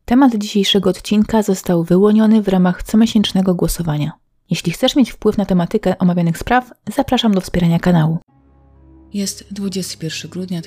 Temat dzisiejszego odcinka został wyłoniony w ramach comiesięcznego głosowania. Jeśli chcesz mieć wpływ na tematykę omawianych spraw, zapraszam do wspierania kanału. Jest 21 grudnia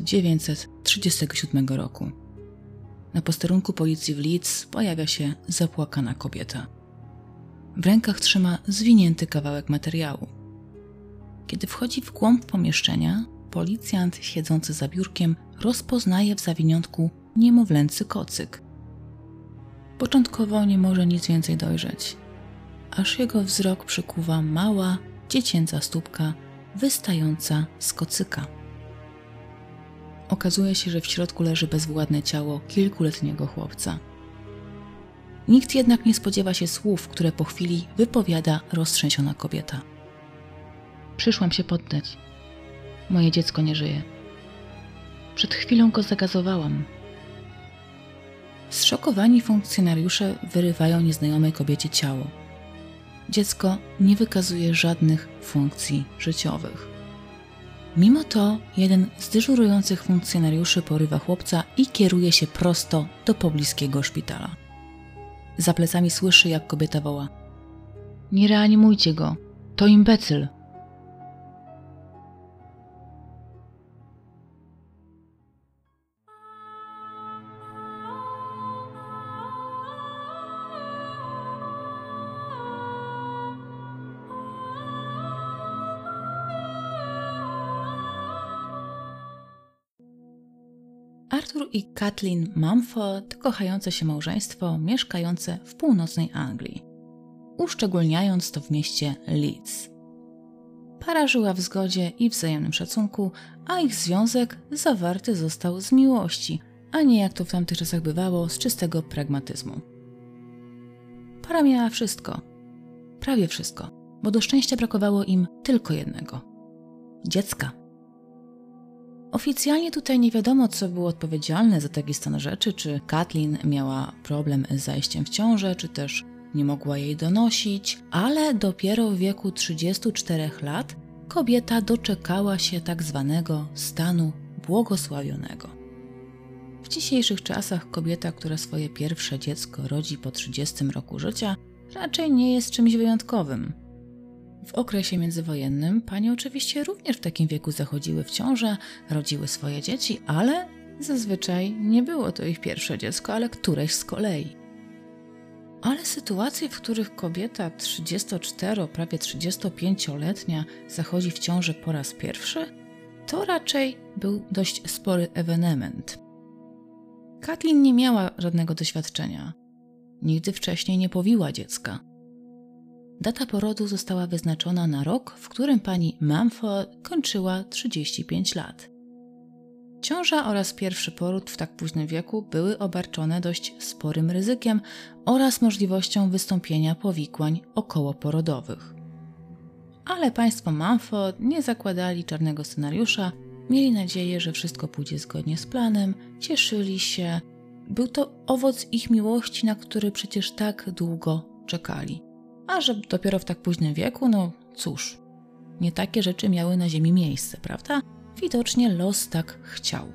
1937 roku. Na posterunku policji w Leeds pojawia się zapłakana kobieta. W rękach trzyma zwinięty kawałek materiału. Kiedy wchodzi w głąb pomieszczenia, policjant siedzący za biurkiem rozpoznaje w zawiniątku niemowlęcy kocyk. Początkowo nie może nic więcej dojrzeć, aż jego wzrok przykuwa mała, dziecięca stópka wystająca z kocyka. Okazuje się, że w środku leży bezwładne ciało kilkuletniego chłopca. Nikt jednak nie spodziewa się słów, które po chwili wypowiada roztrzęsiona kobieta. Przyszłam się poddać. Moje dziecko nie żyje. Przed chwilą go zagazowałam. Zszokowani funkcjonariusze wyrywają nieznajomej kobiecie ciało. Dziecko nie wykazuje żadnych funkcji życiowych. Mimo to jeden z dyżurujących funkcjonariuszy porywa chłopca i kieruje się prosto do pobliskiego szpitala. Za plecami słyszy, jak kobieta woła: nie reanimujcie go, to imbecyl. Arthur i Kathleen Mumford to kochające się małżeństwo mieszkające w północnej Anglii, uszczególniając to w mieście Leeds. Para żyła w zgodzie i wzajemnym szacunku, a ich związek zawarty został z miłości, a nie jak to w tamtych czasach bywało, z czystego pragmatyzmu. Para miała wszystko, prawie wszystko, bo do szczęścia brakowało im tylko jednego – dziecka. Oficjalnie tutaj nie wiadomo, co było odpowiedzialne za taki stan rzeczy, czy Kathleen miała problem z zajściem w ciążę, czy też nie mogła jej donosić, ale dopiero w wieku 34 lat kobieta doczekała się tak zwanego stanu błogosławionego. W dzisiejszych czasach kobieta, która swoje pierwsze dziecko rodzi po 30 roku życia, raczej nie jest czymś wyjątkowym. W okresie międzywojennym panie oczywiście również w takim wieku zachodziły w ciążę, rodziły swoje dzieci, ale zazwyczaj nie było to ich pierwsze dziecko, ale któreś z kolei. Ale sytuacje, w których kobieta 34, prawie 35-letnia zachodzi w ciążę po raz pierwszy, to raczej był dość spory ewenement. Kathleen nie miała żadnego doświadczenia. Nigdy wcześniej nie powiła dziecka. Data porodu została wyznaczona na rok, w którym pani Mumford kończyła 35 lat. Ciąża oraz pierwszy poród w tak późnym wieku były obarczone dość sporym ryzykiem oraz możliwością wystąpienia powikłań okołoporodowych. Ale państwo Mumford nie zakładali czarnego scenariusza, mieli nadzieję, że wszystko pójdzie zgodnie z planem, cieszyli się. Był to owoc ich miłości, na który przecież tak długo czekali. A że dopiero w tak późnym wieku, no cóż, nie takie rzeczy miały na ziemi miejsce, prawda? Widocznie los tak chciał.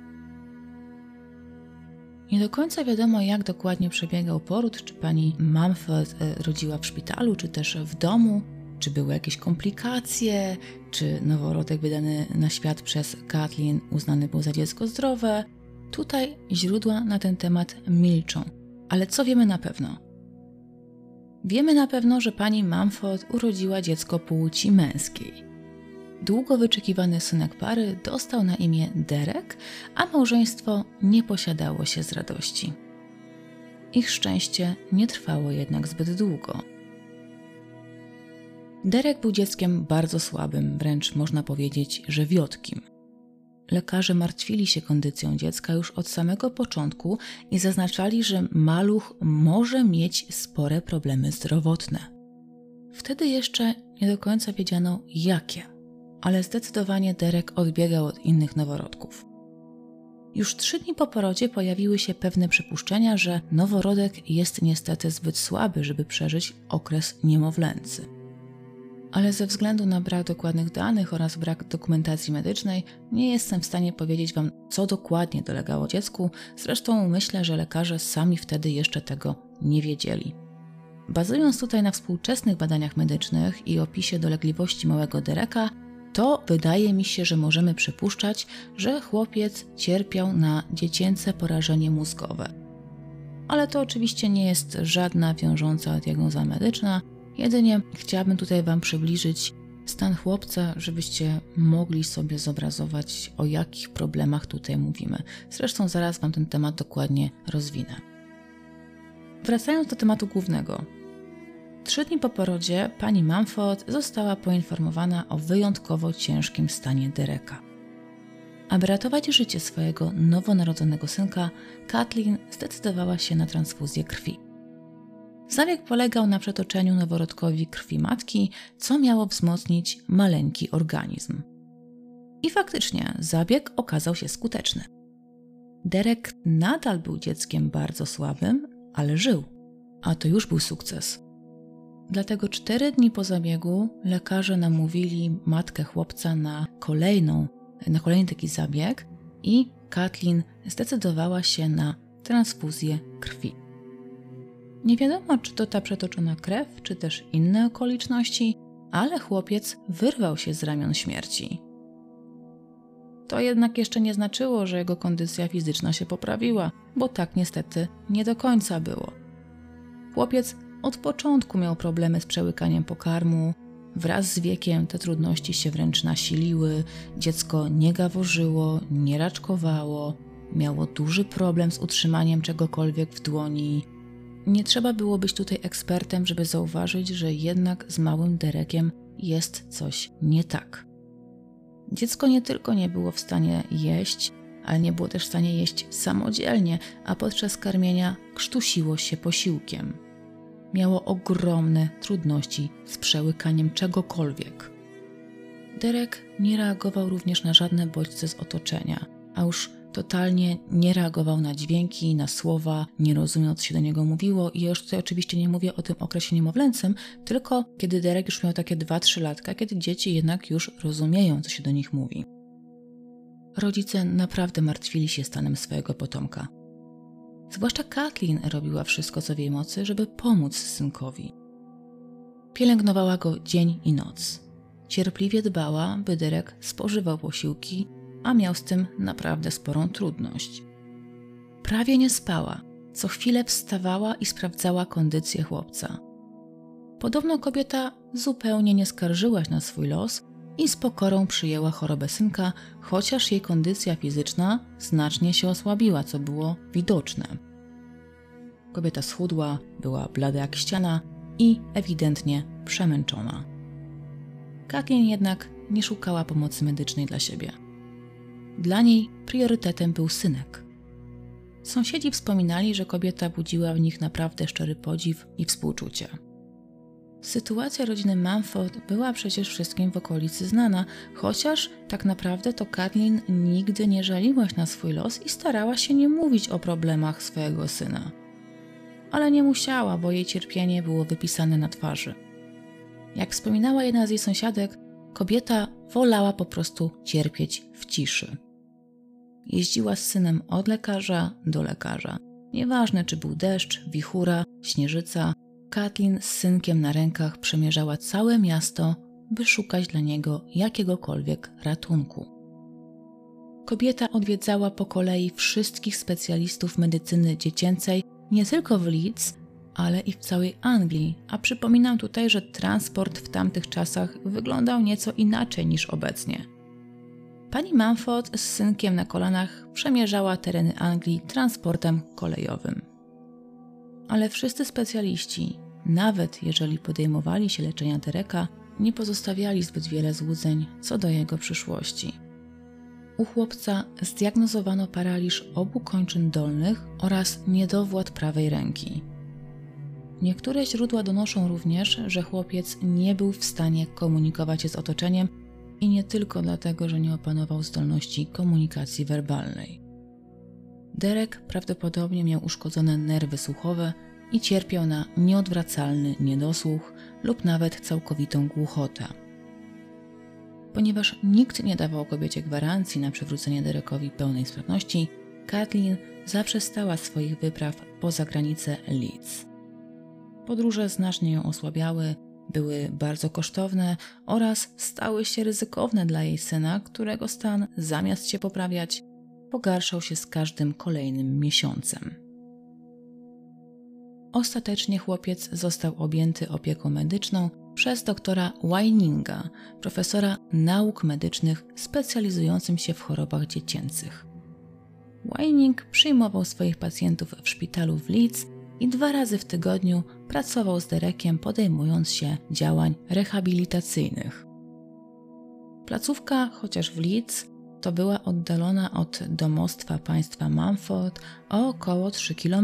Nie do końca wiadomo, jak dokładnie przebiegał poród, czy pani Mumford rodziła w szpitalu, czy też w domu, czy były jakieś komplikacje, czy noworodek wydany na świat przez Kathleen uznany był za dziecko zdrowe. Tutaj źródła na ten temat milczą. Ale co wiemy na pewno? Wiemy na pewno, że pani Mumford urodziła dziecko płci męskiej. Długo wyczekiwany synek pary dostał na imię Derek, a małżeństwo nie posiadało się z radości. Ich szczęście nie trwało jednak zbyt długo. Derek był dzieckiem bardzo słabym, wręcz można powiedzieć, że wiotkim. Lekarze martwili się kondycją dziecka już od samego początku i zaznaczali, że maluch może mieć spore problemy zdrowotne. Wtedy jeszcze nie do końca wiedziano jakie, ale zdecydowanie Derek odbiegał od innych noworodków. Już 3 dni po porodzie pojawiły się pewne przypuszczenia, że noworodek jest niestety zbyt słaby, żeby przeżyć okres niemowlęcy. ale ze względu na brak dokładnych danych oraz brak dokumentacji medycznej nie jestem w stanie powiedzieć Wam, co dokładnie dolegało dziecku, zresztą myślę, że lekarze sami wtedy jeszcze tego nie wiedzieli. Bazując tutaj na współczesnych badaniach medycznych i opisie dolegliwości małego Dereka, to wydaje mi się, że możemy przypuszczać, że chłopiec cierpiał na dziecięce porażenie mózgowe. Ale to oczywiście nie jest żadna wiążąca diagnoza medyczna, jedynie chciałabym tutaj Wam przybliżyć stan chłopca, żebyście mogli sobie zobrazować, o jakich problemach tutaj mówimy. Zresztą zaraz Wam ten temat dokładnie rozwinę. Wracając do tematu głównego. 3 dni po porodzie pani Mumford została poinformowana o wyjątkowo ciężkim stanie Dereka. Aby ratować życie swojego nowonarodzonego synka, Kathleen zdecydowała się na transfuzję krwi. Zabieg polegał na przetoczeniu noworodkowi krwi matki, co miało wzmocnić maleńki organizm. I faktycznie zabieg okazał się skuteczny. Derek nadal był dzieckiem bardzo słabym, ale żył, a to już był sukces. Dlatego 4 dni po zabiegu lekarze namówili matkę chłopca na kolejny taki zabieg i Kathleen zdecydowała się na transfuzję krwi. Nie wiadomo, czy to ta przetoczona krew, czy też inne okoliczności, ale chłopiec wyrwał się z ramion śmierci. To jednak jeszcze nie znaczyło, że jego kondycja fizyczna się poprawiła, bo tak niestety nie do końca było. Chłopiec od początku miał problemy z przełykaniem pokarmu, wraz z wiekiem te trudności się wręcz nasiliły, dziecko nie gaworzyło, nie raczkowało, miało duży problem z utrzymaniem czegokolwiek w dłoni. Nie trzeba było być tutaj ekspertem, żeby zauważyć, że jednak z małym Derekiem jest coś nie tak. Dziecko nie tylko nie było w stanie jeść, ale nie było też w stanie jeść samodzielnie, a podczas karmienia krztusiło się posiłkiem. Miało ogromne trudności z przełykaniem czegokolwiek. Derek nie reagował również na żadne bodźce z otoczenia, a już totalnie nie reagował na dźwięki, na słowa, nie rozumiał, co się do niego mówiło i ja już tutaj oczywiście nie mówię o tym okresie niemowlęcym, tylko kiedy Derek już miał takie 2-3 latka, kiedy dzieci jednak już rozumieją, co się do nich mówi. Rodzice naprawdę martwili się stanem swojego potomka. Zwłaszcza Kathleen robiła wszystko, co w jej mocy, żeby pomóc synkowi. Pielęgnowała go dzień i noc. Cierpliwie dbała, by Derek spożywał posiłki, a miał z tym naprawdę sporą trudność. Prawie nie spała, co chwilę wstawała i sprawdzała kondycję chłopca. Podobno kobieta zupełnie nie skarżyła się na swój los i z pokorą przyjęła chorobę synka, chociaż jej kondycja fizyczna znacznie się osłabiła, co było widoczne. Kobieta schudła, była blada jak ściana i ewidentnie przemęczona. Kathleen jednak nie szukała pomocy medycznej dla siebie. Dla niej priorytetem był synek. Sąsiedzi wspominali, że kobieta budziła w nich naprawdę szczery podziw i współczucie. Sytuacja rodziny Mumford była przecież wszystkim w okolicy znana, chociaż tak naprawdę to Kathleen nigdy nie żaliła się na swój los i starała się nie mówić o problemach swojego syna. Ale nie musiała, bo jej cierpienie było wypisane na twarzy. Jak wspominała jedna z jej sąsiadek, kobieta wolała po prostu cierpieć w ciszy. Jeździła z synem od lekarza do lekarza. Nieważne, czy był deszcz, wichura, śnieżyca, Kathleen z synkiem na rękach przemierzała całe miasto, by szukać dla niego jakiegokolwiek ratunku. Kobieta odwiedzała po kolei wszystkich specjalistów medycyny dziecięcej, nie tylko w Leeds, ale i w całej Anglii, a przypominam tutaj, że transport w tamtych czasach wyglądał nieco inaczej niż obecnie. Pani Mumford z synkiem na kolanach przemierzała tereny Anglii transportem kolejowym. Ale wszyscy specjaliści, nawet jeżeli podejmowali się leczenia Dereka, nie pozostawiali zbyt wiele złudzeń co do jego przyszłości. U chłopca zdiagnozowano paraliż obu kończyn dolnych oraz niedowład prawej ręki. Niektóre źródła donoszą również, że chłopiec nie był w stanie komunikować się z otoczeniem i nie tylko dlatego, że nie opanował zdolności komunikacji werbalnej. Derek prawdopodobnie miał uszkodzone nerwy słuchowe, i cierpiał na nieodwracalny niedosłuch lub nawet całkowitą głuchotę. Ponieważ nikt nie dawał kobiecie gwarancji na przywrócenie Derekowi pełnej sprawności, Kathleen zaprzestała swoich wypraw poza granice Leeds. Podróże znacznie ją osłabiały, były bardzo kosztowne oraz stały się ryzykowne dla jej syna, którego stan, zamiast się poprawiać, pogarszał się z każdym kolejnym miesiącem. Ostatecznie chłopiec został objęty opieką medyczną przez doktora Wininga, profesora nauk medycznych specjalizującym się w chorobach dziecięcych. Wining przyjmował swoich pacjentów w szpitalu w Leeds i 2 razy w tygodniu pracował z Derekiem, podejmując się działań rehabilitacyjnych. Placówka, chociaż w Leeds, to była oddalona od domostwa państwa Mumford o około 3 km.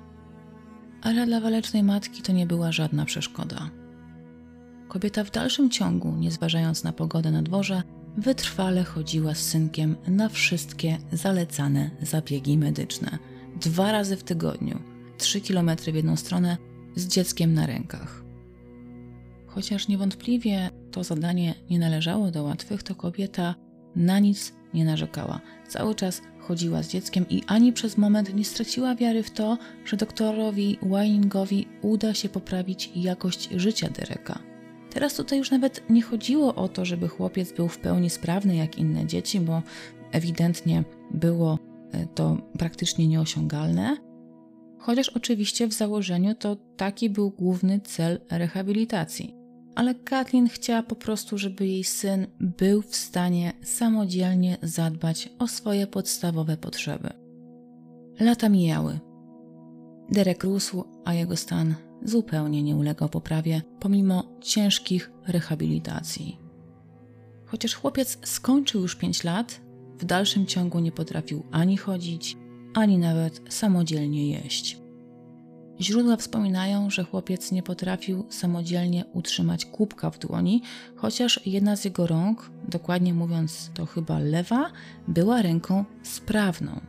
Ale dla walecznej matki to nie była żadna przeszkoda. Kobieta w dalszym ciągu, nie zważając na pogodę na dworze, wytrwale chodziła z synkiem na wszystkie zalecane zabiegi medyczne. 2 razy w tygodniu, 3 km w jedną stronę, z dzieckiem na rękach. Chociaż niewątpliwie to zadanie nie należało do łatwych, to kobieta na nic nie narzekała. Cały czas chodziła z dzieckiem i ani przez moment nie straciła wiary w to, że doktorowi Winingowi uda się poprawić jakość życia Dereka. Teraz tutaj już nawet nie chodziło o to, żeby chłopiec był w pełni sprawny jak inne dzieci, bo ewidentnie było to praktycznie nieosiągalne. Chociaż oczywiście w założeniu to taki był główny cel rehabilitacji. Ale Kathleen chciała po prostu, żeby jej syn był w stanie samodzielnie zadbać o swoje podstawowe potrzeby. Lata mijały. Derek rósł, a jego stan zupełnie nie ulegał poprawie, pomimo ciężkich rehabilitacji. Chociaż chłopiec skończył już 5 lat, w dalszym ciągu nie potrafił ani chodzić, ani nawet samodzielnie jeść. Źródła wspominają, że chłopiec nie potrafił samodzielnie utrzymać kubka w dłoni, chociaż jedna z jego rąk, dokładnie mówiąc to chyba lewa, była ręką sprawną.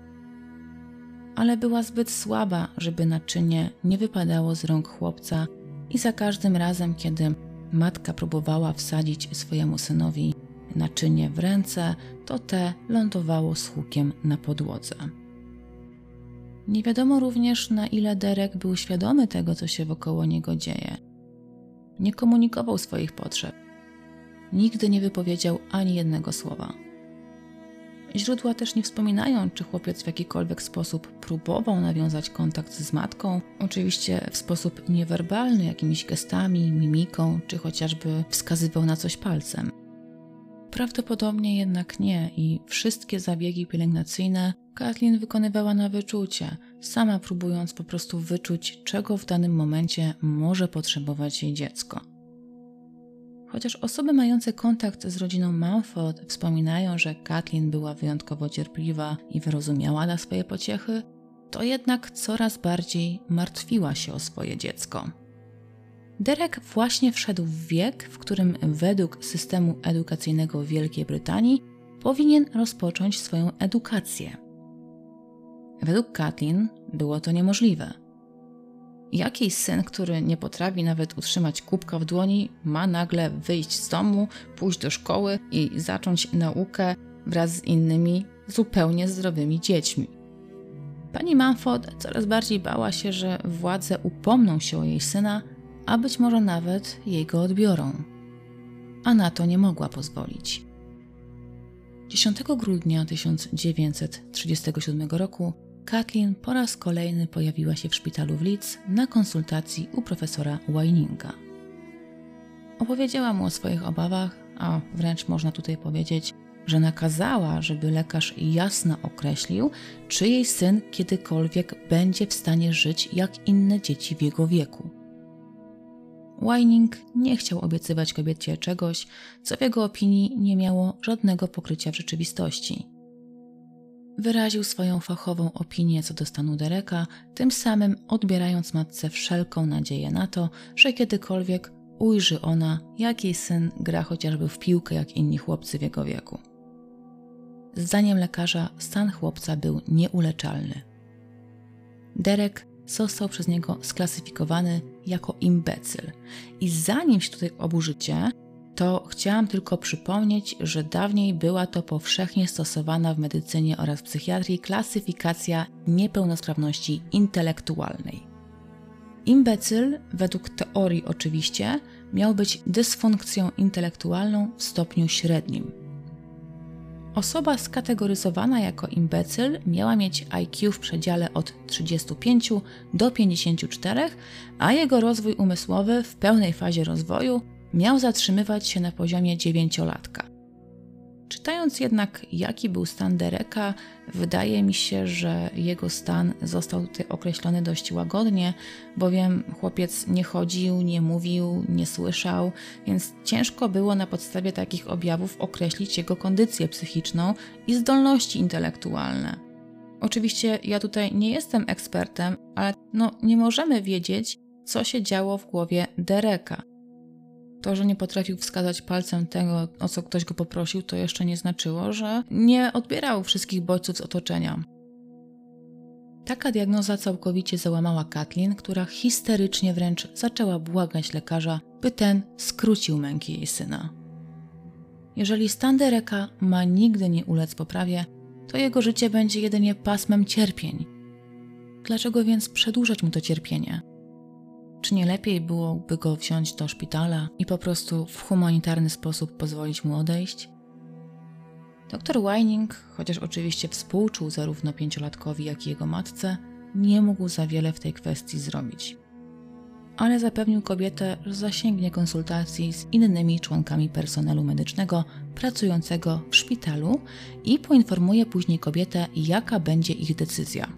Ale była zbyt słaba, żeby naczynie nie wypadało z rąk chłopca i za każdym razem, kiedy matka próbowała wsadzić swojemu synowi naczynie w ręce, to te lądowało z hukiem na podłodze. Nie wiadomo również, na ile Derek był świadomy tego, co się wokoło niego dzieje. Nie komunikował swoich potrzeb. Nigdy nie wypowiedział ani jednego słowa. Źródła też nie wspominają, czy chłopiec w jakikolwiek sposób próbował nawiązać kontakt z matką, oczywiście w sposób niewerbalny, jakimiś gestami, mimiką, czy chociażby wskazywał na coś palcem. Prawdopodobnie jednak nie i wszystkie zabiegi pielęgnacyjne Kathleen wykonywała na wyczucie, sama próbując po prostu wyczuć, czego w danym momencie może potrzebować jej dziecko. Chociaż osoby mające kontakt z rodziną Mumford wspominają, że Kathleen była wyjątkowo cierpliwa i wyrozumiała na swoje pociechy, to jednak coraz bardziej martwiła się o swoje dziecko. Derek właśnie wszedł w wiek, w którym według systemu edukacyjnego Wielkiej Brytanii powinien rozpocząć swoją edukację. Według Kathleen było to niemożliwe. Jakiś syn, który nie potrafi nawet utrzymać kubka w dłoni, ma nagle wyjść z domu, pójść do szkoły i zacząć naukę wraz z innymi zupełnie zdrowymi dziećmi. Pani Mumford coraz bardziej bała się, że władze upomną się o jej syna, a być może nawet jej go odbiorą. A na to nie mogła pozwolić. 10 grudnia 1937 roku Kathleen po raz kolejny pojawiła się w szpitalu w Leeds na konsultacji u profesora Wininga. Opowiedziała mu o swoich obawach, a wręcz można tutaj powiedzieć, że nakazała, żeby lekarz jasno określił, czy jej syn kiedykolwiek będzie w stanie żyć jak inne dzieci w jego wieku. Wining nie chciał obiecywać kobiecie czegoś, co w jego opinii nie miało żadnego pokrycia w rzeczywistości. Wyraził swoją fachową opinię co do stanu Dereka, tym samym odbierając matce wszelką nadzieję na to, że kiedykolwiek ujrzy ona, jak jej syn gra chociażby w piłkę jak inni chłopcy w jego wieku. Zdaniem lekarza stan chłopca był nieuleczalny. Derek został przez niego sklasyfikowany jako imbecyl. I zanim się tutaj oburzycie, to chciałam tylko przypomnieć, że dawniej była to powszechnie stosowana w medycynie oraz psychiatrii klasyfikacja niepełnosprawności intelektualnej. Imbecyl, według teorii oczywiście, miał być dysfunkcją intelektualną w stopniu średnim. Osoba skategoryzowana jako imbecyl miała mieć IQ w przedziale od 35 do 54, a jego rozwój umysłowy w pełnej fazie rozwoju miał zatrzymywać się na poziomie 9-latka. Czytając jednak, jaki był stan Dereka, wydaje mi się, że jego stan został tutaj określony dość łagodnie, bowiem chłopiec nie chodził, nie mówił, nie słyszał, więc ciężko było na podstawie takich objawów określić jego kondycję psychiczną i zdolności intelektualne. Oczywiście ja tutaj nie jestem ekspertem, ale nie możemy wiedzieć, co się działo w głowie Dereka. To, że nie potrafił wskazać palcem tego, o co ktoś go poprosił, to jeszcze nie znaczyło, że nie odbierał wszystkich bodźców z otoczenia. Taka diagnoza całkowicie załamała Kathleen, która histerycznie wręcz zaczęła błagać lekarza, by ten skrócił męki jej syna. Jeżeli stan Dereka ma nigdy nie ulec poprawie, to jego życie będzie jedynie pasmem cierpień. Dlaczego więc przedłużać mu to cierpienie? Czy nie lepiej byłoby go wziąć do szpitala i po prostu w humanitarny sposób pozwolić mu odejść? Dr Vining, chociaż oczywiście współczuł zarówno 5-latkowi, jak i jego matce, nie mógł za wiele w tej kwestii zrobić. Ale zapewnił kobietę, że zasięgnie konsultacji z innymi członkami personelu medycznego pracującego w szpitalu i poinformuje później kobietę, jaka będzie ich decyzja.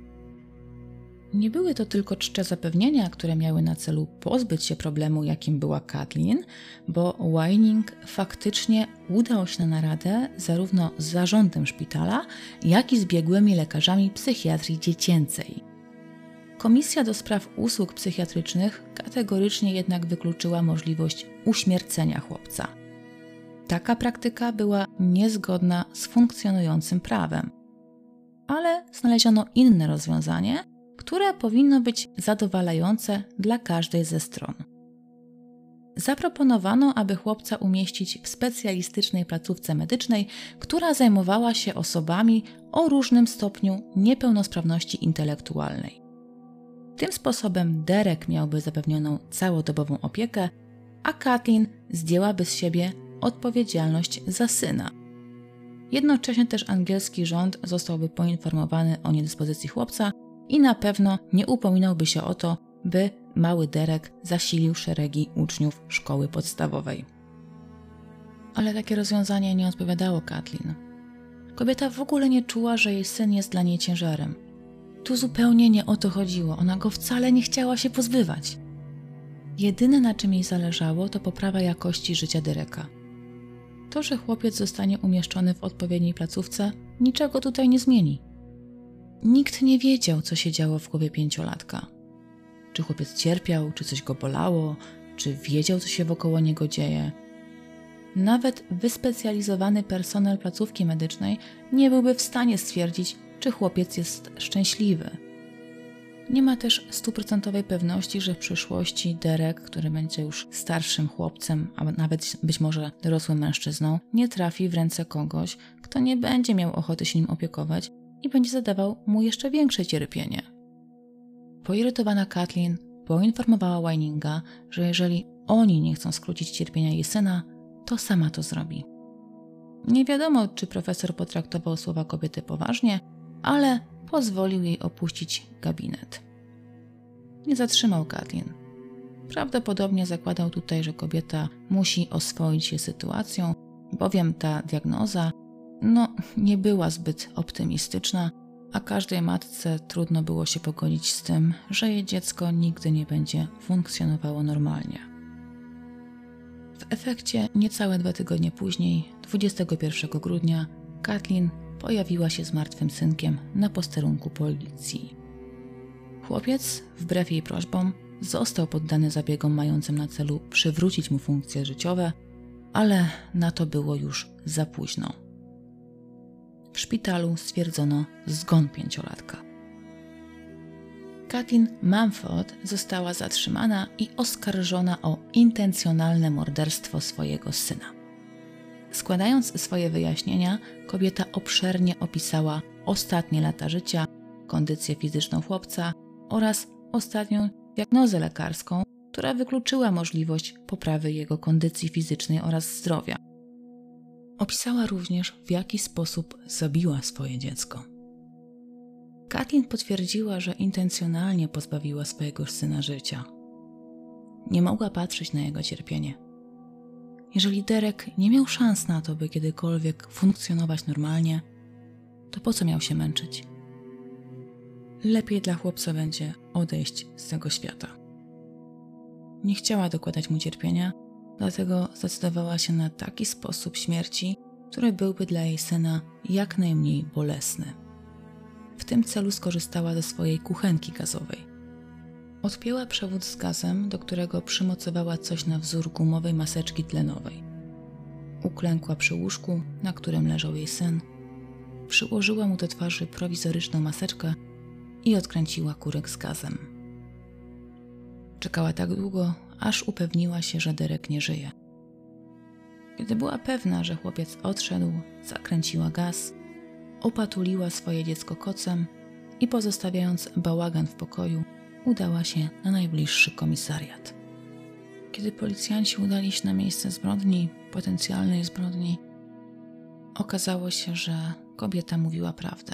Nie były to tylko czcze zapewnienia, które miały na celu pozbyć się problemu, jakim była Kathleen, bo Vining faktycznie udał się na naradę zarówno z zarządem szpitala, jak i z biegłymi lekarzami psychiatrii dziecięcej. Komisja do spraw usług psychiatrycznych kategorycznie jednak wykluczyła możliwość uśmiercenia chłopca. Taka praktyka była niezgodna z funkcjonującym prawem. Ale znaleziono inne rozwiązanie, które powinno być zadowalające dla każdej ze stron. Zaproponowano, aby chłopca umieścić w specjalistycznej placówce medycznej, która zajmowała się osobami o różnym stopniu niepełnosprawności intelektualnej. Tym sposobem Derek miałby zapewnioną całodobową opiekę, a Kathleen zdjęłaby z siebie odpowiedzialność za syna. Jednocześnie też angielski rząd zostałby poinformowany o niedyspozycji chłopca i na pewno nie upominałby się o to, by mały Derek zasilił szeregi uczniów szkoły podstawowej. Ale takie rozwiązanie nie odpowiadało Kathleen. Kobieta w ogóle nie czuła, że jej syn jest dla niej ciężarem. Tu zupełnie nie o to chodziło, ona go wcale nie chciała się pozbywać. Jedyne, na czym jej zależało, to poprawa jakości życia Dereka. To, że chłopiec zostanie umieszczony w odpowiedniej placówce, niczego tutaj nie zmieni. Nikt nie wiedział, co się działo w głowie 5-latka. Czy chłopiec cierpiał, czy coś go bolało, czy wiedział, co się wokoło niego dzieje. Nawet wyspecjalizowany personel placówki medycznej nie byłby w stanie stwierdzić, czy chłopiec jest szczęśliwy. Nie ma też 100% pewności, że w przyszłości Derek, który będzie już starszym chłopcem, a nawet być może dorosłym mężczyzną, nie trafi w ręce kogoś, kto nie będzie miał ochoty się nim opiekować i będzie zadawał mu jeszcze większe cierpienie. Poirytowana Kathleen poinformowała Vininga, że jeżeli oni nie chcą skrócić cierpienia jej syna, to sama to zrobi. Nie wiadomo, czy profesor potraktował słowa kobiety poważnie, ale pozwolił jej opuścić gabinet. Nie zatrzymał Kathleen. Prawdopodobnie zakładał tutaj, że kobieta musi oswoić się sytuacją, bowiem ta diagnoza nie była zbyt optymistyczna, a każdej matce trudno było się pogodzić z tym, że jej dziecko nigdy nie będzie funkcjonowało normalnie. W efekcie niecałe 2 tygodnie później, 21 grudnia, Kathleen pojawiła się z martwym synkiem na posterunku policji. Chłopiec, wbrew jej prośbom, został poddany zabiegom mającym na celu przywrócić mu funkcje życiowe, ale na to było już za późno. W szpitalu stwierdzono zgon 5-latka. Kathleen Mumford została zatrzymana i oskarżona o intencjonalne morderstwo swojego syna. Składając swoje wyjaśnienia, kobieta obszernie opisała ostatnie lata życia, kondycję fizyczną chłopca oraz ostatnią diagnozę lekarską, która wykluczyła możliwość poprawy jego kondycji fizycznej oraz zdrowia. Opisała również, w jaki sposób zabiła swoje dziecko. Kathleen potwierdziła, że intencjonalnie pozbawiła swojego syna życia. Nie mogła patrzeć na jego cierpienie. Jeżeli Derek nie miał szans na to, by kiedykolwiek funkcjonować normalnie, to po co miał się męczyć? Lepiej dla chłopca będzie odejść z tego świata. Nie chciała dokładać mu cierpienia, dlatego zdecydowała się na taki sposób śmierci, który byłby dla jej syna jak najmniej bolesny. W tym celu skorzystała ze swojej kuchenki gazowej. Odpięła przewód z gazem, do którego przymocowała coś na wzór gumowej maseczki tlenowej. Uklękła przy łóżku, na którym leżał jej syn. Przyłożyła mu do twarzy prowizoryczną maseczkę i odkręciła kurek z gazem. Czekała tak długo, aż upewniła się, że Derek nie żyje. Kiedy była pewna, że chłopiec odszedł, zakręciła gaz, opatuliła swoje dziecko kocem i pozostawiając bałagan w pokoju, udała się na najbliższy komisariat. Kiedy policjanci udali się na miejsce zbrodni, potencjalnej zbrodni, okazało się, że kobieta mówiła prawdę.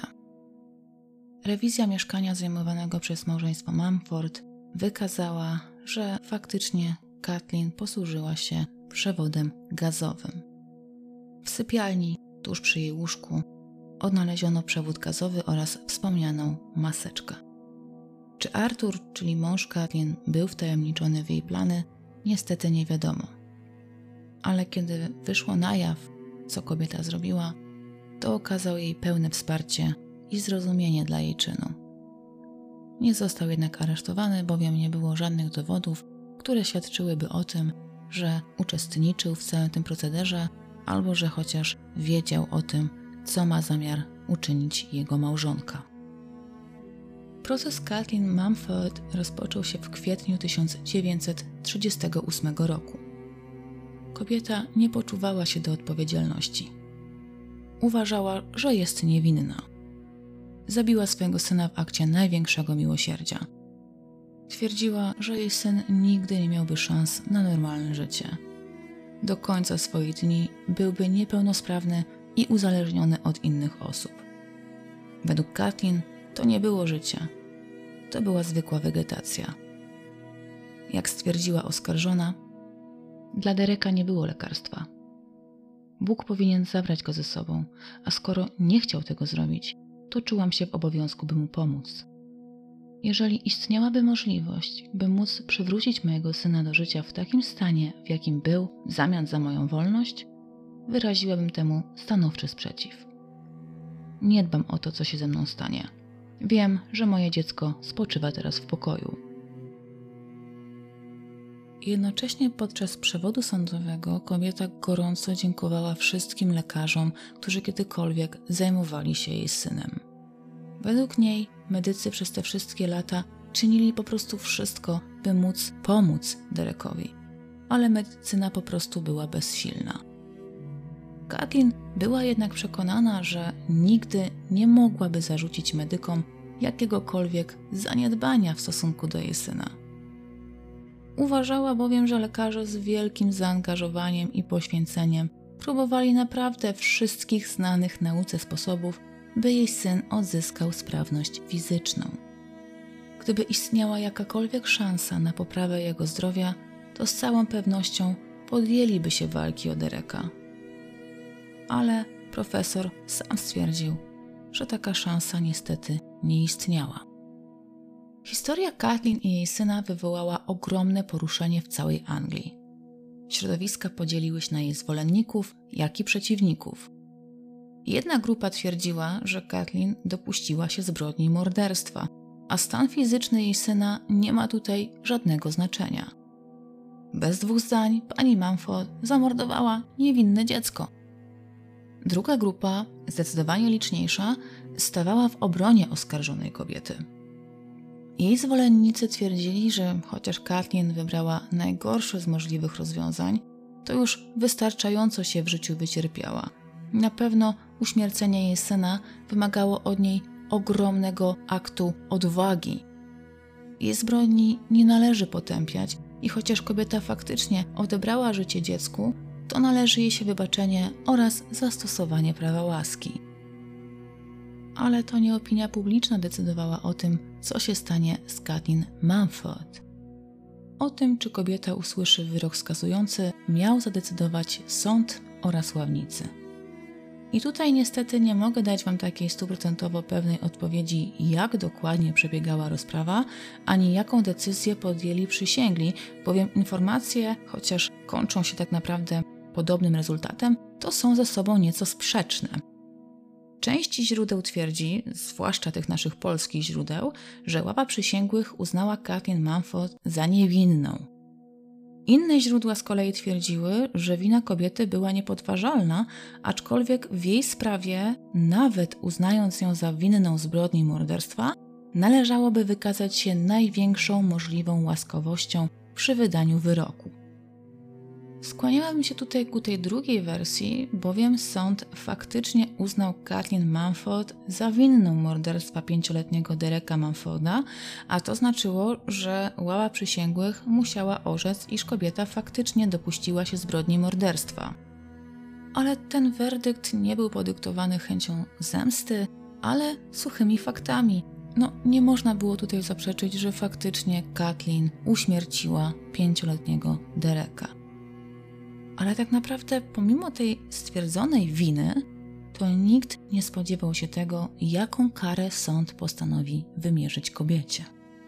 Rewizja mieszkania zajmowanego przez małżeństwo Mumford wykazała, że faktycznie Kathleen posłużyła się przewodem gazowym. W sypialni, tuż przy jej łóżku, odnaleziono przewód gazowy oraz wspomnianą maseczkę. Czy Arthur, czyli mąż Kathleen, był wtajemniczony w jej plany, niestety nie wiadomo. Ale kiedy wyszło na jaw, co kobieta zrobiła, to okazał jej pełne wsparcie i zrozumienie dla jej czynu. Nie został jednak aresztowany, bowiem nie było żadnych dowodów, które świadczyłyby o tym, że uczestniczył w całym tym procederze albo że chociaż wiedział o tym, co ma zamiar uczynić jego małżonka. Proces Kathleen Mumford rozpoczął się w kwietniu 1938 roku. Kobieta nie poczuwała się do odpowiedzialności. Uważała, że jest niewinna. Zabiła swojego syna w akcie największego miłosierdzia. Twierdziła, że jej syn nigdy nie miałby szans na normalne życie. Do końca swoich dni byłby niepełnosprawny i uzależniony od innych osób. Według Kathleen to nie było życie. To była zwykła wegetacja. Jak stwierdziła oskarżona, dla Dereka nie było lekarstwa. Bóg powinien zabrać go ze sobą, a skoro nie chciał tego zrobić, to czułam się w obowiązku, by mu pomóc. Jeżeli istniałaby możliwość, by móc przywrócić mojego syna do życia w takim stanie, w jakim był, w zamian za moją wolność, wyraziłabym temu stanowczy sprzeciw. Nie dbam o to, co się ze mną stanie. Wiem, że moje dziecko spoczywa teraz w pokoju. Jednocześnie podczas przewodu sądowego kobieta gorąco dziękowała wszystkim lekarzom, którzy kiedykolwiek zajmowali się jej synem. Według niej medycy przez te wszystkie lata czynili po prostu wszystko, by móc pomóc Derekowi, ale medycyna po prostu była bezsilna. Kathleen była jednak przekonana, że nigdy nie mogłaby zarzucić medykom jakiegokolwiek zaniedbania w stosunku do jej syna. Uważała bowiem, że lekarze z wielkim zaangażowaniem i poświęceniem próbowali naprawdę wszystkich znanych nauce sposobów, by jej syn odzyskał sprawność fizyczną. Gdyby istniała jakakolwiek szansa na poprawę jego zdrowia, to z całą pewnością podjęliby się walki o Dereka. Ale profesor sam stwierdził, że taka szansa niestety nie istniała. Historia Kathleen i jej syna wywołała ogromne poruszenie w całej Anglii. Środowiska podzieliły się na jej zwolenników, jak i przeciwników. Jedna grupa twierdziła, że Kathleen dopuściła się zbrodni morderstwa, a stan fizyczny jej syna nie ma tutaj żadnego znaczenia. Bez dwóch zdań pani Mumford zamordowała niewinne dziecko. Druga grupa, zdecydowanie liczniejsza, stawała w obronie oskarżonej kobiety. Jej zwolennicy twierdzili, że chociaż Kathleen wybrała najgorsze z możliwych rozwiązań, to już wystarczająco się w życiu wycierpiała. Na pewno uśmiercenie jej syna wymagało od niej ogromnego aktu odwagi. Jej zbrodni nie należy potępiać i chociaż kobieta faktycznie odebrała życie dziecku, to należy jej się wybaczenie oraz zastosowanie prawa łaski. Ale to nie opinia publiczna decydowała o tym, co się stanie z Kathleen Mumford. O tym, czy kobieta usłyszy wyrok skazujący, miał zadecydować sąd oraz ławnicy. I tutaj niestety nie mogę dać Wam takiej 100% pewnej odpowiedzi, jak dokładnie przebiegała rozprawa, ani jaką decyzję podjęli przysięgli, bowiem informacje, chociaż kończą się tak naprawdę podobnym rezultatem, to są ze sobą nieco sprzeczne. Część źródeł twierdzi, zwłaszcza tych naszych polskich źródeł, że ława przysięgłych uznała Kathleen Mumford za niewinną. Inne źródła z kolei twierdziły, że wina kobiety była niepodważalna, aczkolwiek w jej sprawie, nawet uznając ją za winną zbrodni morderstwa, należałoby wykazać się największą możliwą łaskawością przy wydaniu wyroku. Skłaniałabym się tutaj ku tej drugiej wersji, bowiem sąd faktycznie uznał Kathleen Mumford za winną morderstwa 5-letniego Dereka Mumforda, a to znaczyło, że ława przysięgłych musiała orzec, iż kobieta faktycznie dopuściła się zbrodni morderstwa. Ale ten werdykt nie był podyktowany chęcią zemsty, ale suchymi faktami. Nie można było tutaj zaprzeczyć, że faktycznie Kathleen uśmierciła 5-letniego Dereka. Ale tak naprawdę pomimo tej stwierdzonej winy, to nikt nie spodziewał się tego, jaką karę sąd postanowi wymierzyć kobiecie.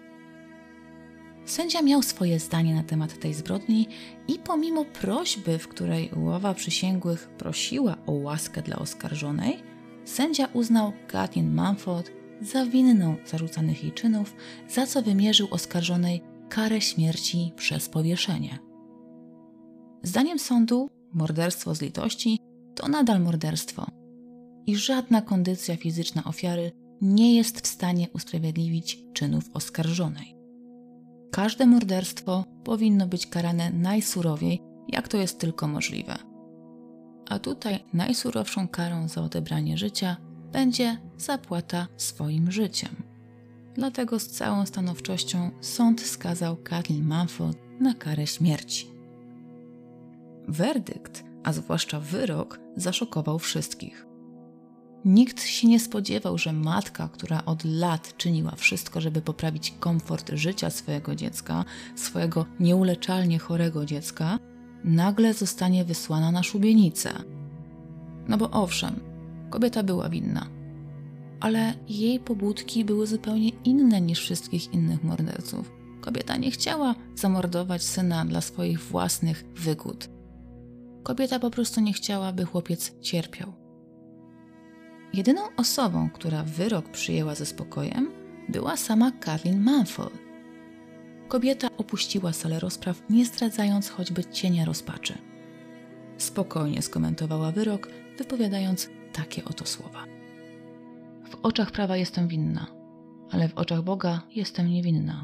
Sędzia miał swoje zdanie na temat tej zbrodni i pomimo prośby, w której ława przysięgłych prosiła o łaskę dla oskarżonej, sędzia uznał Kathleen Mumford za winną zarzucanych jej czynów, za co wymierzył oskarżonej karę śmierci przez powieszenie. Zdaniem sądu morderstwo z litości to nadal morderstwo i żadna kondycja fizyczna ofiary nie jest w stanie usprawiedliwić czynów oskarżonej. Każde morderstwo powinno być karane najsurowiej, jak to jest tylko możliwe. A tutaj najsurowszą karą za odebranie życia będzie zapłata swoim życiem. Dlatego z całą stanowczością sąd skazał Kathleen Mumford na karę śmierci. Werdykt, a zwłaszcza wyrok, zaszokował wszystkich. Nikt się nie spodziewał, że matka, która od lat czyniła wszystko, żeby poprawić komfort życia swojego dziecka, swojego nieuleczalnie chorego dziecka, nagle zostanie wysłana na szubienicę. Bo owszem, kobieta była winna, ale jej pobudki były zupełnie inne niż wszystkich innych morderców. Kobieta nie chciała zamordować syna dla swoich własnych wygód. Kobieta po prostu nie chciała, by chłopiec cierpiał. Jedyną osobą, która wyrok przyjęła ze spokojem, była sama Kathleen Mumford. Kobieta opuściła salę rozpraw, nie zdradzając choćby cienia rozpaczy. Spokojnie skomentowała wyrok, wypowiadając takie oto słowa. W oczach prawa jestem winna, ale w oczach Boga jestem niewinna.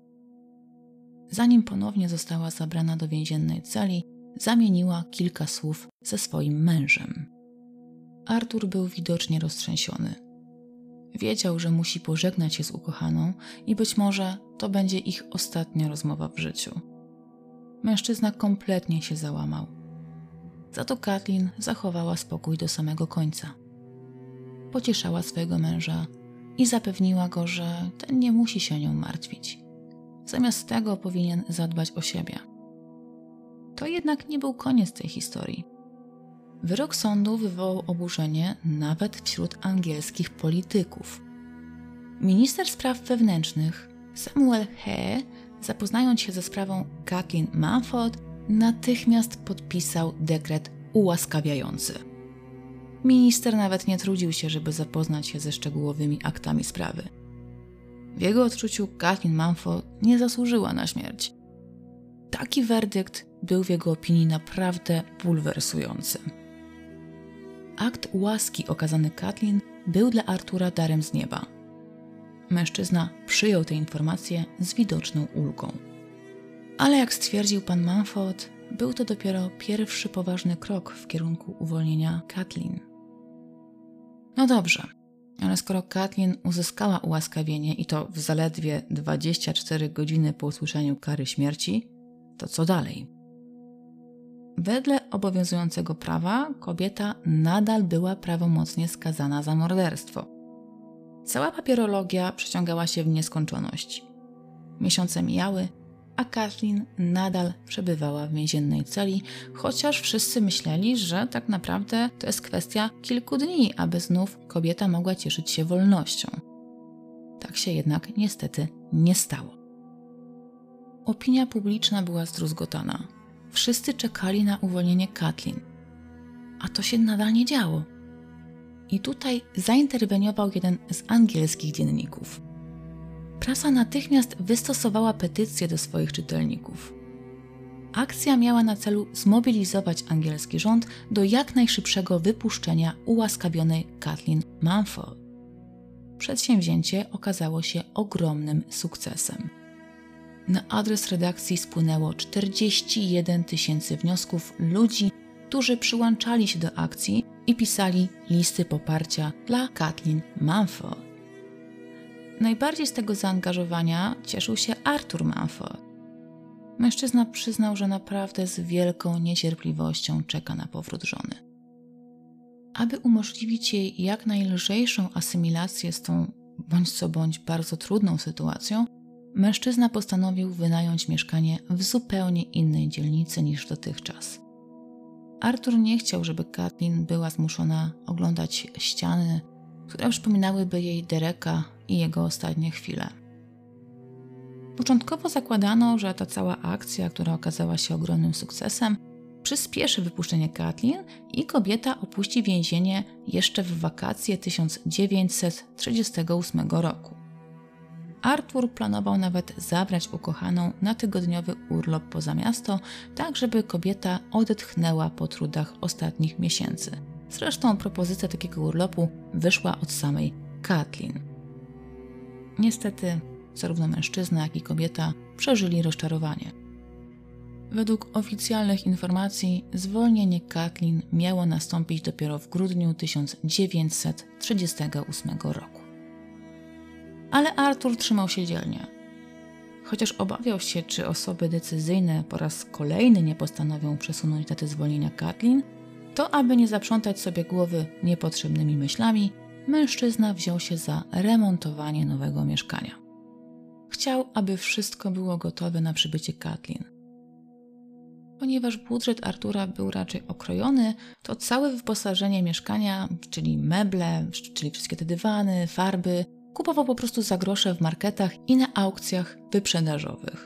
Zanim ponownie została zabrana do więziennej celi, zamieniła kilka słów ze swoim mężem. Artur był widocznie roztrzęsiony. Wiedział, że musi pożegnać się z ukochaną i być może to będzie ich ostatnia rozmowa w życiu. Mężczyzna kompletnie się załamał. Za to Kathleen zachowała spokój do samego końca. Pocieszała swojego męża i zapewniła go, że ten nie musi się o nią martwić. Zamiast tego powinien zadbać o siebie. To jednak nie był koniec tej historii. Wyrok sądu wywołał oburzenie nawet wśród angielskich polityków. Minister spraw wewnętrznych Samuel Hare, zapoznając się ze sprawą Kathleen Mumford, natychmiast podpisał dekret ułaskawiający. Minister nawet nie trudził się, żeby zapoznać się ze szczegółowymi aktami sprawy. W jego odczuciu Kathleen Mumford nie zasłużyła na śmierć. Taki werdykt był w jego opinii naprawdę bulwersujący. Akt łaski okazany Kathleen był dla Artura darem z nieba. Mężczyzna przyjął te informacje z widoczną ulgą. Ale jak stwierdził pan Mumford, był to dopiero pierwszy poważny krok w kierunku uwolnienia Kathleen. No dobrze, ale skoro Kathleen uzyskała ułaskawienie i to w zaledwie 24 godziny po usłyszeniu kary śmierci, to co dalej? Wedle obowiązującego prawa kobieta nadal była prawomocnie skazana za morderstwo. Cała papierologia przeciągała się w nieskończoność. Miesiące mijały, a Kathleen nadal przebywała w więziennej celi, chociaż wszyscy myśleli, że tak naprawdę to jest kwestia kilku dni, aby znów kobieta mogła cieszyć się wolnością. Tak się jednak niestety nie stało. Opinia publiczna była zdruzgotana. Wszyscy czekali na uwolnienie Kathleen, a to się nadal nie działo. I tutaj zainterweniował jeden z angielskich dzienników. Prasa natychmiast wystosowała petycję do swoich czytelników. Akcja miała na celu zmobilizować angielski rząd do jak najszybszego wypuszczenia ułaskawionej Kathleen Mumford. Przedsięwzięcie okazało się ogromnym sukcesem. Na adres redakcji spłynęło 41 000 wniosków ludzi, którzy przyłączali się do akcji i pisali listy poparcia dla Kathleen Mumford. Najbardziej z tego zaangażowania cieszył się Arthur Mumford. Mężczyzna przyznał, że naprawdę z wielką niecierpliwością czeka na powrót żony. Aby umożliwić jej jak najlżejszą asymilację z tą bądź co bądź bardzo trudną sytuacją, mężczyzna postanowił wynająć mieszkanie w zupełnie innej dzielnicy niż dotychczas. Arthur nie chciał, żeby Kathleen była zmuszona oglądać ściany, które przypominałyby jej Dereka i jego ostatnie chwile. Początkowo zakładano, że ta cała akcja, która okazała się ogromnym sukcesem, przyspieszy wypuszczenie Kathleen i kobieta opuści więzienie jeszcze w wakacje 1938 roku. Arthur planował nawet zabrać ukochaną na tygodniowy urlop poza miasto, tak żeby kobieta odetchnęła po trudach ostatnich miesięcy. Zresztą propozycja takiego urlopu wyszła od samej Kathleen. Niestety zarówno mężczyzna, jak i kobieta przeżyli rozczarowanie. Według oficjalnych informacji zwolnienie Kathleen miało nastąpić dopiero w grudniu 1938 roku. Ale Arthur trzymał się dzielnie. Chociaż obawiał się, czy osoby decyzyjne po raz kolejny nie postanowią przesunąć daty zwolnienia Kathleen, to aby nie zaprzątać sobie głowy niepotrzebnymi myślami, mężczyzna wziął się za remontowanie nowego mieszkania. Chciał, aby wszystko było gotowe na przybycie Kathleen. Ponieważ budżet Artura był raczej okrojony, to całe wyposażenie mieszkania, czyli meble, czyli wszystkie te dywany, farby, kupował po prostu za grosze w marketach i na aukcjach wyprzedażowych.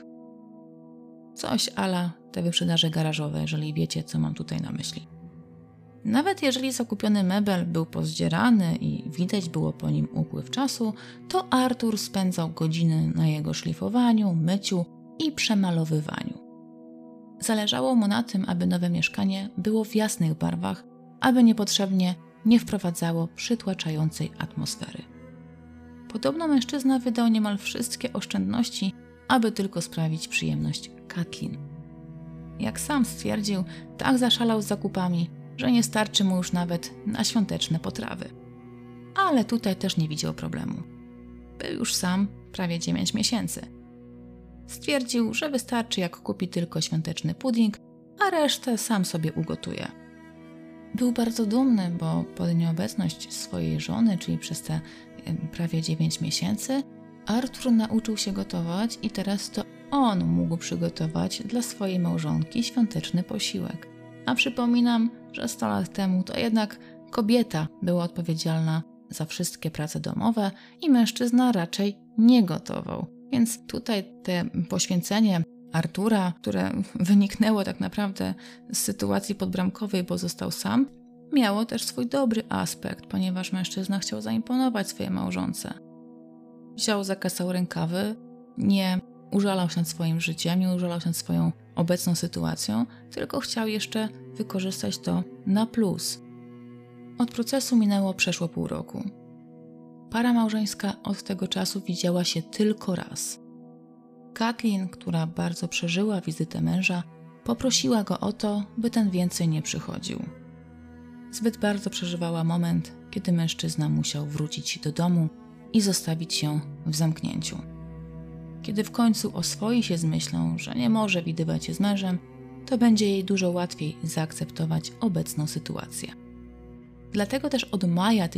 Coś a la te wyprzedaże garażowe, jeżeli wiecie, co mam tutaj na myśli. Nawet jeżeli zakupiony mebel był pozdzierany i widać było po nim upływ czasu, to Artur spędzał godziny na jego szlifowaniu, myciu i przemalowywaniu. Zależało mu na tym, aby nowe mieszkanie było w jasnych barwach, aby niepotrzebnie nie wprowadzało przytłaczającej atmosfery. Podobno mężczyzna wydał niemal wszystkie oszczędności, aby tylko sprawić przyjemność Kathleen. Jak sam stwierdził, tak zaszalał z zakupami, że nie starczy mu już nawet na świąteczne potrawy. Ale tutaj też nie widział problemu. Był już sam prawie 9 miesięcy. Stwierdził, że wystarczy jak kupi tylko świąteczny pudding, a resztę sam sobie ugotuje. Był bardzo dumny, bo pod nieobecność swojej żony, czyli przez te prawie 9 miesięcy, Artur nauczył się gotować i teraz to on mógł przygotować dla swojej małżonki świąteczny posiłek. A przypominam, że 100 lat temu to jednak kobieta była odpowiedzialna za wszystkie prace domowe i mężczyzna raczej nie gotował. Więc tutaj te poświęcenie Artura, które wyniknęło tak naprawdę z sytuacji podbramkowej, bo został sam, miało też swój dobry aspekt, ponieważ mężczyzna chciał zaimponować swojej małżonce. Wziął, zakasał rękawy, nie użalał się nad swoim życiem, nie użalał się nad swoją obecną sytuacją, tylko chciał jeszcze wykorzystać to na plus. Od procesu minęło przeszło pół roku. para małżeńska od tego czasu widziała się tylko raz. Kathleen, która bardzo przeżyła wizytę męża, poprosiła go o to, by ten więcej nie przychodził. Zbyt bardzo przeżywała moment, kiedy mężczyzna musiał wrócić do domu i zostawić ją w zamknięciu. Kiedy w końcu oswoi się z myślą, że nie może widywać się z mężem, to będzie jej dużo łatwiej zaakceptować obecną sytuację. Dlatego też od maja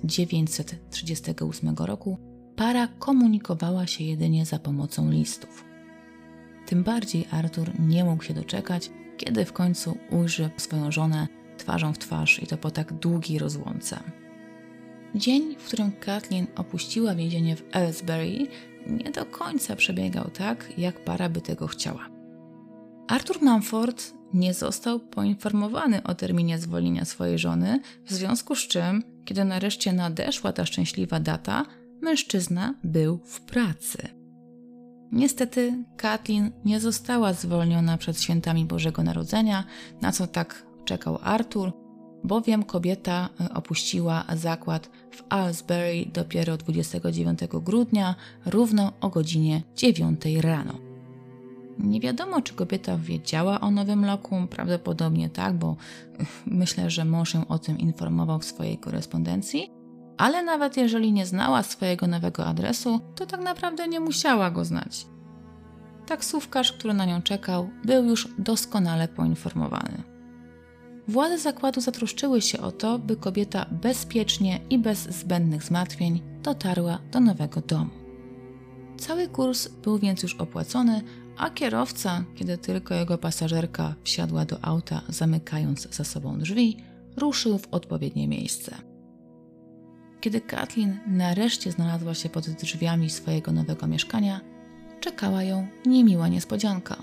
1938 roku para komunikowała się jedynie za pomocą listów. Tym bardziej Arthur nie mógł się doczekać, kiedy w końcu ujrzy swoją żonę twarzą w twarz i to po tak długiej rozłące. Dzień, w którym Kathleen opuściła więzienie w Aylesbury, nie do końca przebiegał tak, jak para by tego chciała. Arthur Mumford nie został poinformowany o terminie zwolnienia swojej żony, w związku z czym, kiedy nareszcie nadeszła ta szczęśliwa data, mężczyzna był w pracy. Niestety Kathleen nie została zwolniona przed świętami Bożego Narodzenia, na co tak czekał Arthur, bowiem kobieta opuściła zakład w Aylesbury dopiero 29 grudnia, równo o godzinie 9 rano. Nie wiadomo, czy kobieta wiedziała o nowym lokum, prawdopodobnie tak, bo myślę, że mąż ją o tym informował w swojej korespondencji, ale nawet jeżeli nie znała swojego nowego adresu, to tak naprawdę nie musiała go znać. Taksówkarz, który na nią czekał, był już doskonale poinformowany. Władze zakładu zatroszczyły się o to, by kobieta bezpiecznie i bez zbędnych zmartwień dotarła do nowego domu. Cały kurs był więc już opłacony, a kierowca, kiedy tylko jego pasażerka wsiadła do auta, zamykając za sobą drzwi, ruszył w odpowiednie miejsce. Kiedy Kathleen nareszcie znalazła się pod drzwiami swojego nowego mieszkania, czekała ją niemiła niespodzianka.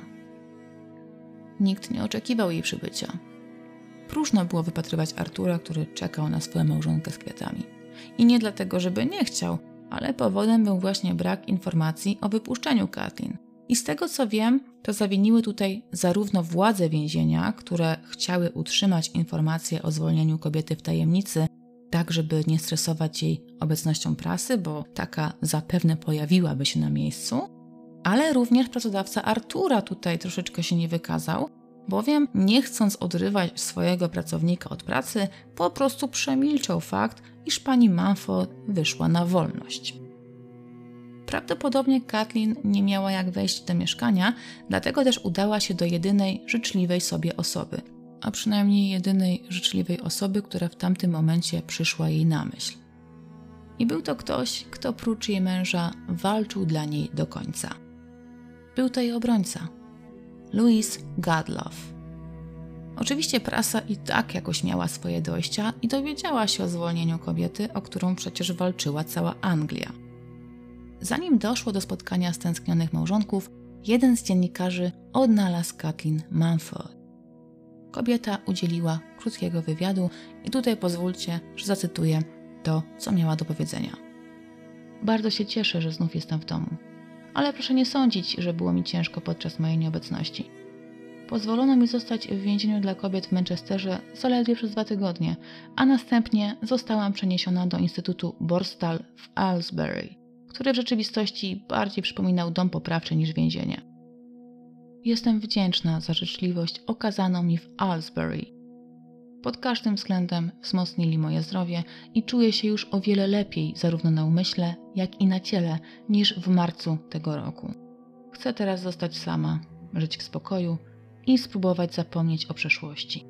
Nikt nie oczekiwał jej przybycia. Próżno było wypatrywać Artura, który czekał na swoją małżonkę z kwiatami. I nie dlatego, żeby nie chciał, ale powodem był właśnie brak informacji o wypuszczeniu Kathleen. I z tego co wiem, to zawiniły tutaj zarówno władze więzienia, które chciały utrzymać informacje o zwolnieniu kobiety w tajemnicy, tak żeby nie stresować jej obecnością prasy, bo taka zapewne pojawiłaby się na miejscu, ale również pracodawca Artura tutaj troszeczkę się nie wykazał, bowiem nie chcąc odrywać swojego pracownika od pracy, po prostu przemilczał fakt, iż pani Mumford wyszła na wolność. Prawdopodobnie Kathleen nie miała jak wejść do mieszkania, dlatego też udała się do jedynej życzliwej sobie osoby, a przynajmniej jedynej życzliwej osoby, która w tamtym momencie przyszła jej na myśl. I był to ktoś, kto prócz jej męża walczył dla niej do końca. Był to jej obrońca, Louis Gadlove. Oczywiście prasa i tak jakoś miała swoje dojścia i dowiedziała się o zwolnieniu kobiety, o którą przecież walczyła cała Anglia. Zanim doszło do spotkania stęsknionych małżonków, jeden z dziennikarzy odnalazł Kathleen Mumford. Kobieta udzieliła krótkiego wywiadu i tutaj pozwólcie, że zacytuję to, co miała do powiedzenia. Bardzo się cieszę, że znów jestem w domu, ale proszę nie sądzić, że było mi ciężko podczas mojej nieobecności. Pozwolono mi zostać w więzieniu dla kobiet w Manchesterze zaledwie przez 2 tygodnie, a następnie zostałam przeniesiona do Instytutu Borstal w Aylesbury, który w rzeczywistości bardziej przypominał dom poprawczy niż więzienie. Jestem wdzięczna za życzliwość okazaną mi w Aylesbury. Pod każdym względem wzmocnili moje zdrowie i czuję się już o wiele lepiej zarówno na umyśle, jak i na ciele niż w marcu tego roku. Chcę teraz zostać sama, żyć w spokoju i spróbować zapomnieć o przeszłości.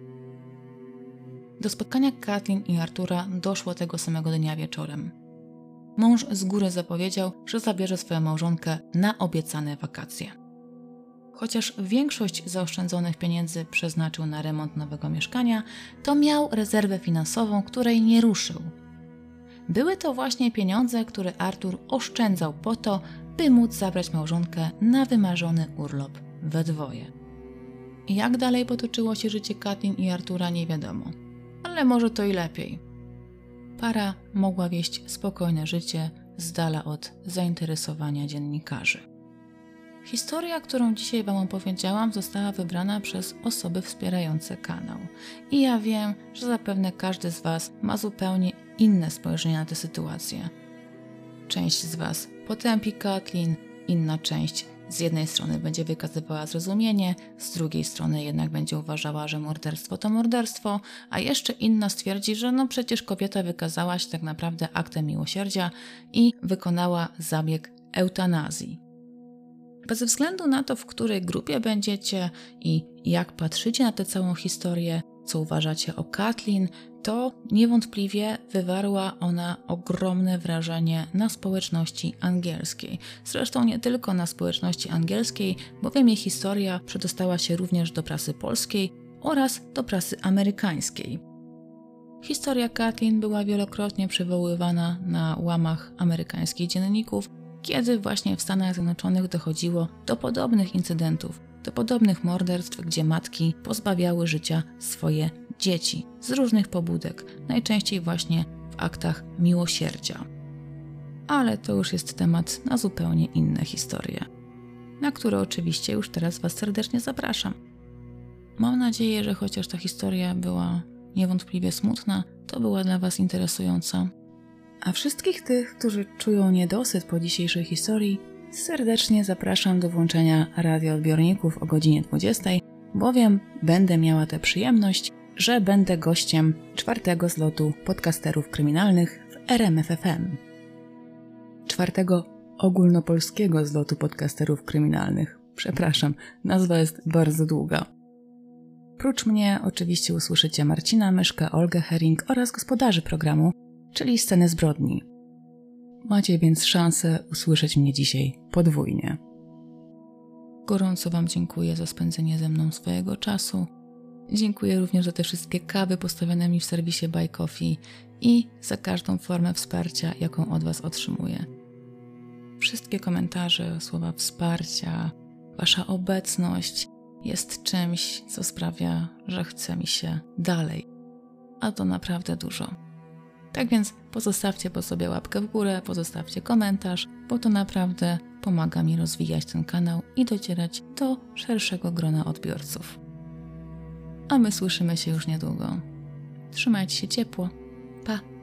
Do spotkania Kathleen i Artura doszło tego samego dnia wieczorem. Mąż z góry zapowiedział, że zabierze swoją małżonkę na obiecane wakacje. Chociaż większość zaoszczędzonych pieniędzy przeznaczył na remont nowego mieszkania, to miał rezerwę finansową, której nie ruszył. Były to właśnie pieniądze, które Artur oszczędzał po to, by móc zabrać małżonkę na wymarzony urlop we dwoje. Jak dalej potoczyło się życie Kathleen i Artura, nie wiadomo, ale może to i lepiej. Para mogła wieść spokojne życie z dala od zainteresowania dziennikarzy. Historia, którą dzisiaj Wam opowiedziałam, została wybrana przez osoby wspierające kanał. I ja wiem, że zapewne każdy z Was ma zupełnie inne spojrzenie na tę sytuację. Część z Was potępi Kathleen, inna część z jednej strony będzie wykazywała zrozumienie, z drugiej strony jednak będzie uważała, że morderstwo to morderstwo, a jeszcze inna stwierdzi, że no przecież kobieta wykazała się tak naprawdę aktem miłosierdzia i wykonała zabieg eutanazji. Bez względu na to, w której grupie będziecie i jak patrzycie na tę całą historię, co uważacie o Kathleen, to niewątpliwie wywarła ona ogromne wrażenie na społeczności angielskiej. Zresztą nie tylko na społeczności angielskiej, bowiem jej historia przedostała się również do prasy polskiej oraz do prasy amerykańskiej. Historia Kathleen była wielokrotnie przywoływana na łamach amerykańskich dzienników, kiedy właśnie w Stanach Zjednoczonych dochodziło do podobnych incydentów, do podobnych morderstw, gdzie matki pozbawiały życia swoje dzieci z różnych pobudek, najczęściej właśnie w aktach miłosierdzia. Ale to już jest temat na zupełnie inne historie, na które oczywiście już teraz Was serdecznie zapraszam. Mam nadzieję, że chociaż ta historia była niewątpliwie smutna, to była dla Was interesująca. A wszystkich tych, którzy czują niedosyt po dzisiejszej historii, serdecznie zapraszam do włączenia radioodbiorników o godzinie 20, bowiem będę miała tę przyjemność, że będę gościem 4. zlotu podcasterów kryminalnych w RMF FM. 4. ogólnopolskiego zlotu podcasterów kryminalnych. Przepraszam, nazwa jest bardzo długa. Prócz mnie oczywiście usłyszycie Marcina Myszkę, Olgę Hering oraz gospodarzy programu, czyli Sceny zbrodni. Macie więc szansę usłyszeć mnie dzisiaj podwójnie. Gorąco Wam dziękuję za spędzenie ze mną swojego czasu. Dziękuję również za te wszystkie kawy postawione mi w serwisie Buy Coffee i za każdą formę wsparcia, jaką od Was otrzymuję. Wszystkie komentarze, słowa wsparcia, Wasza obecność jest czymś, co sprawia, że chce mi się dalej. A to naprawdę dużo. Tak więc pozostawcie po sobie łapkę w górę, pozostawcie komentarz, bo to naprawdę pomaga mi rozwijać ten kanał i docierać do szerszego grona odbiorców. A my słyszymy się już niedługo. Trzymajcie się ciepło. Pa!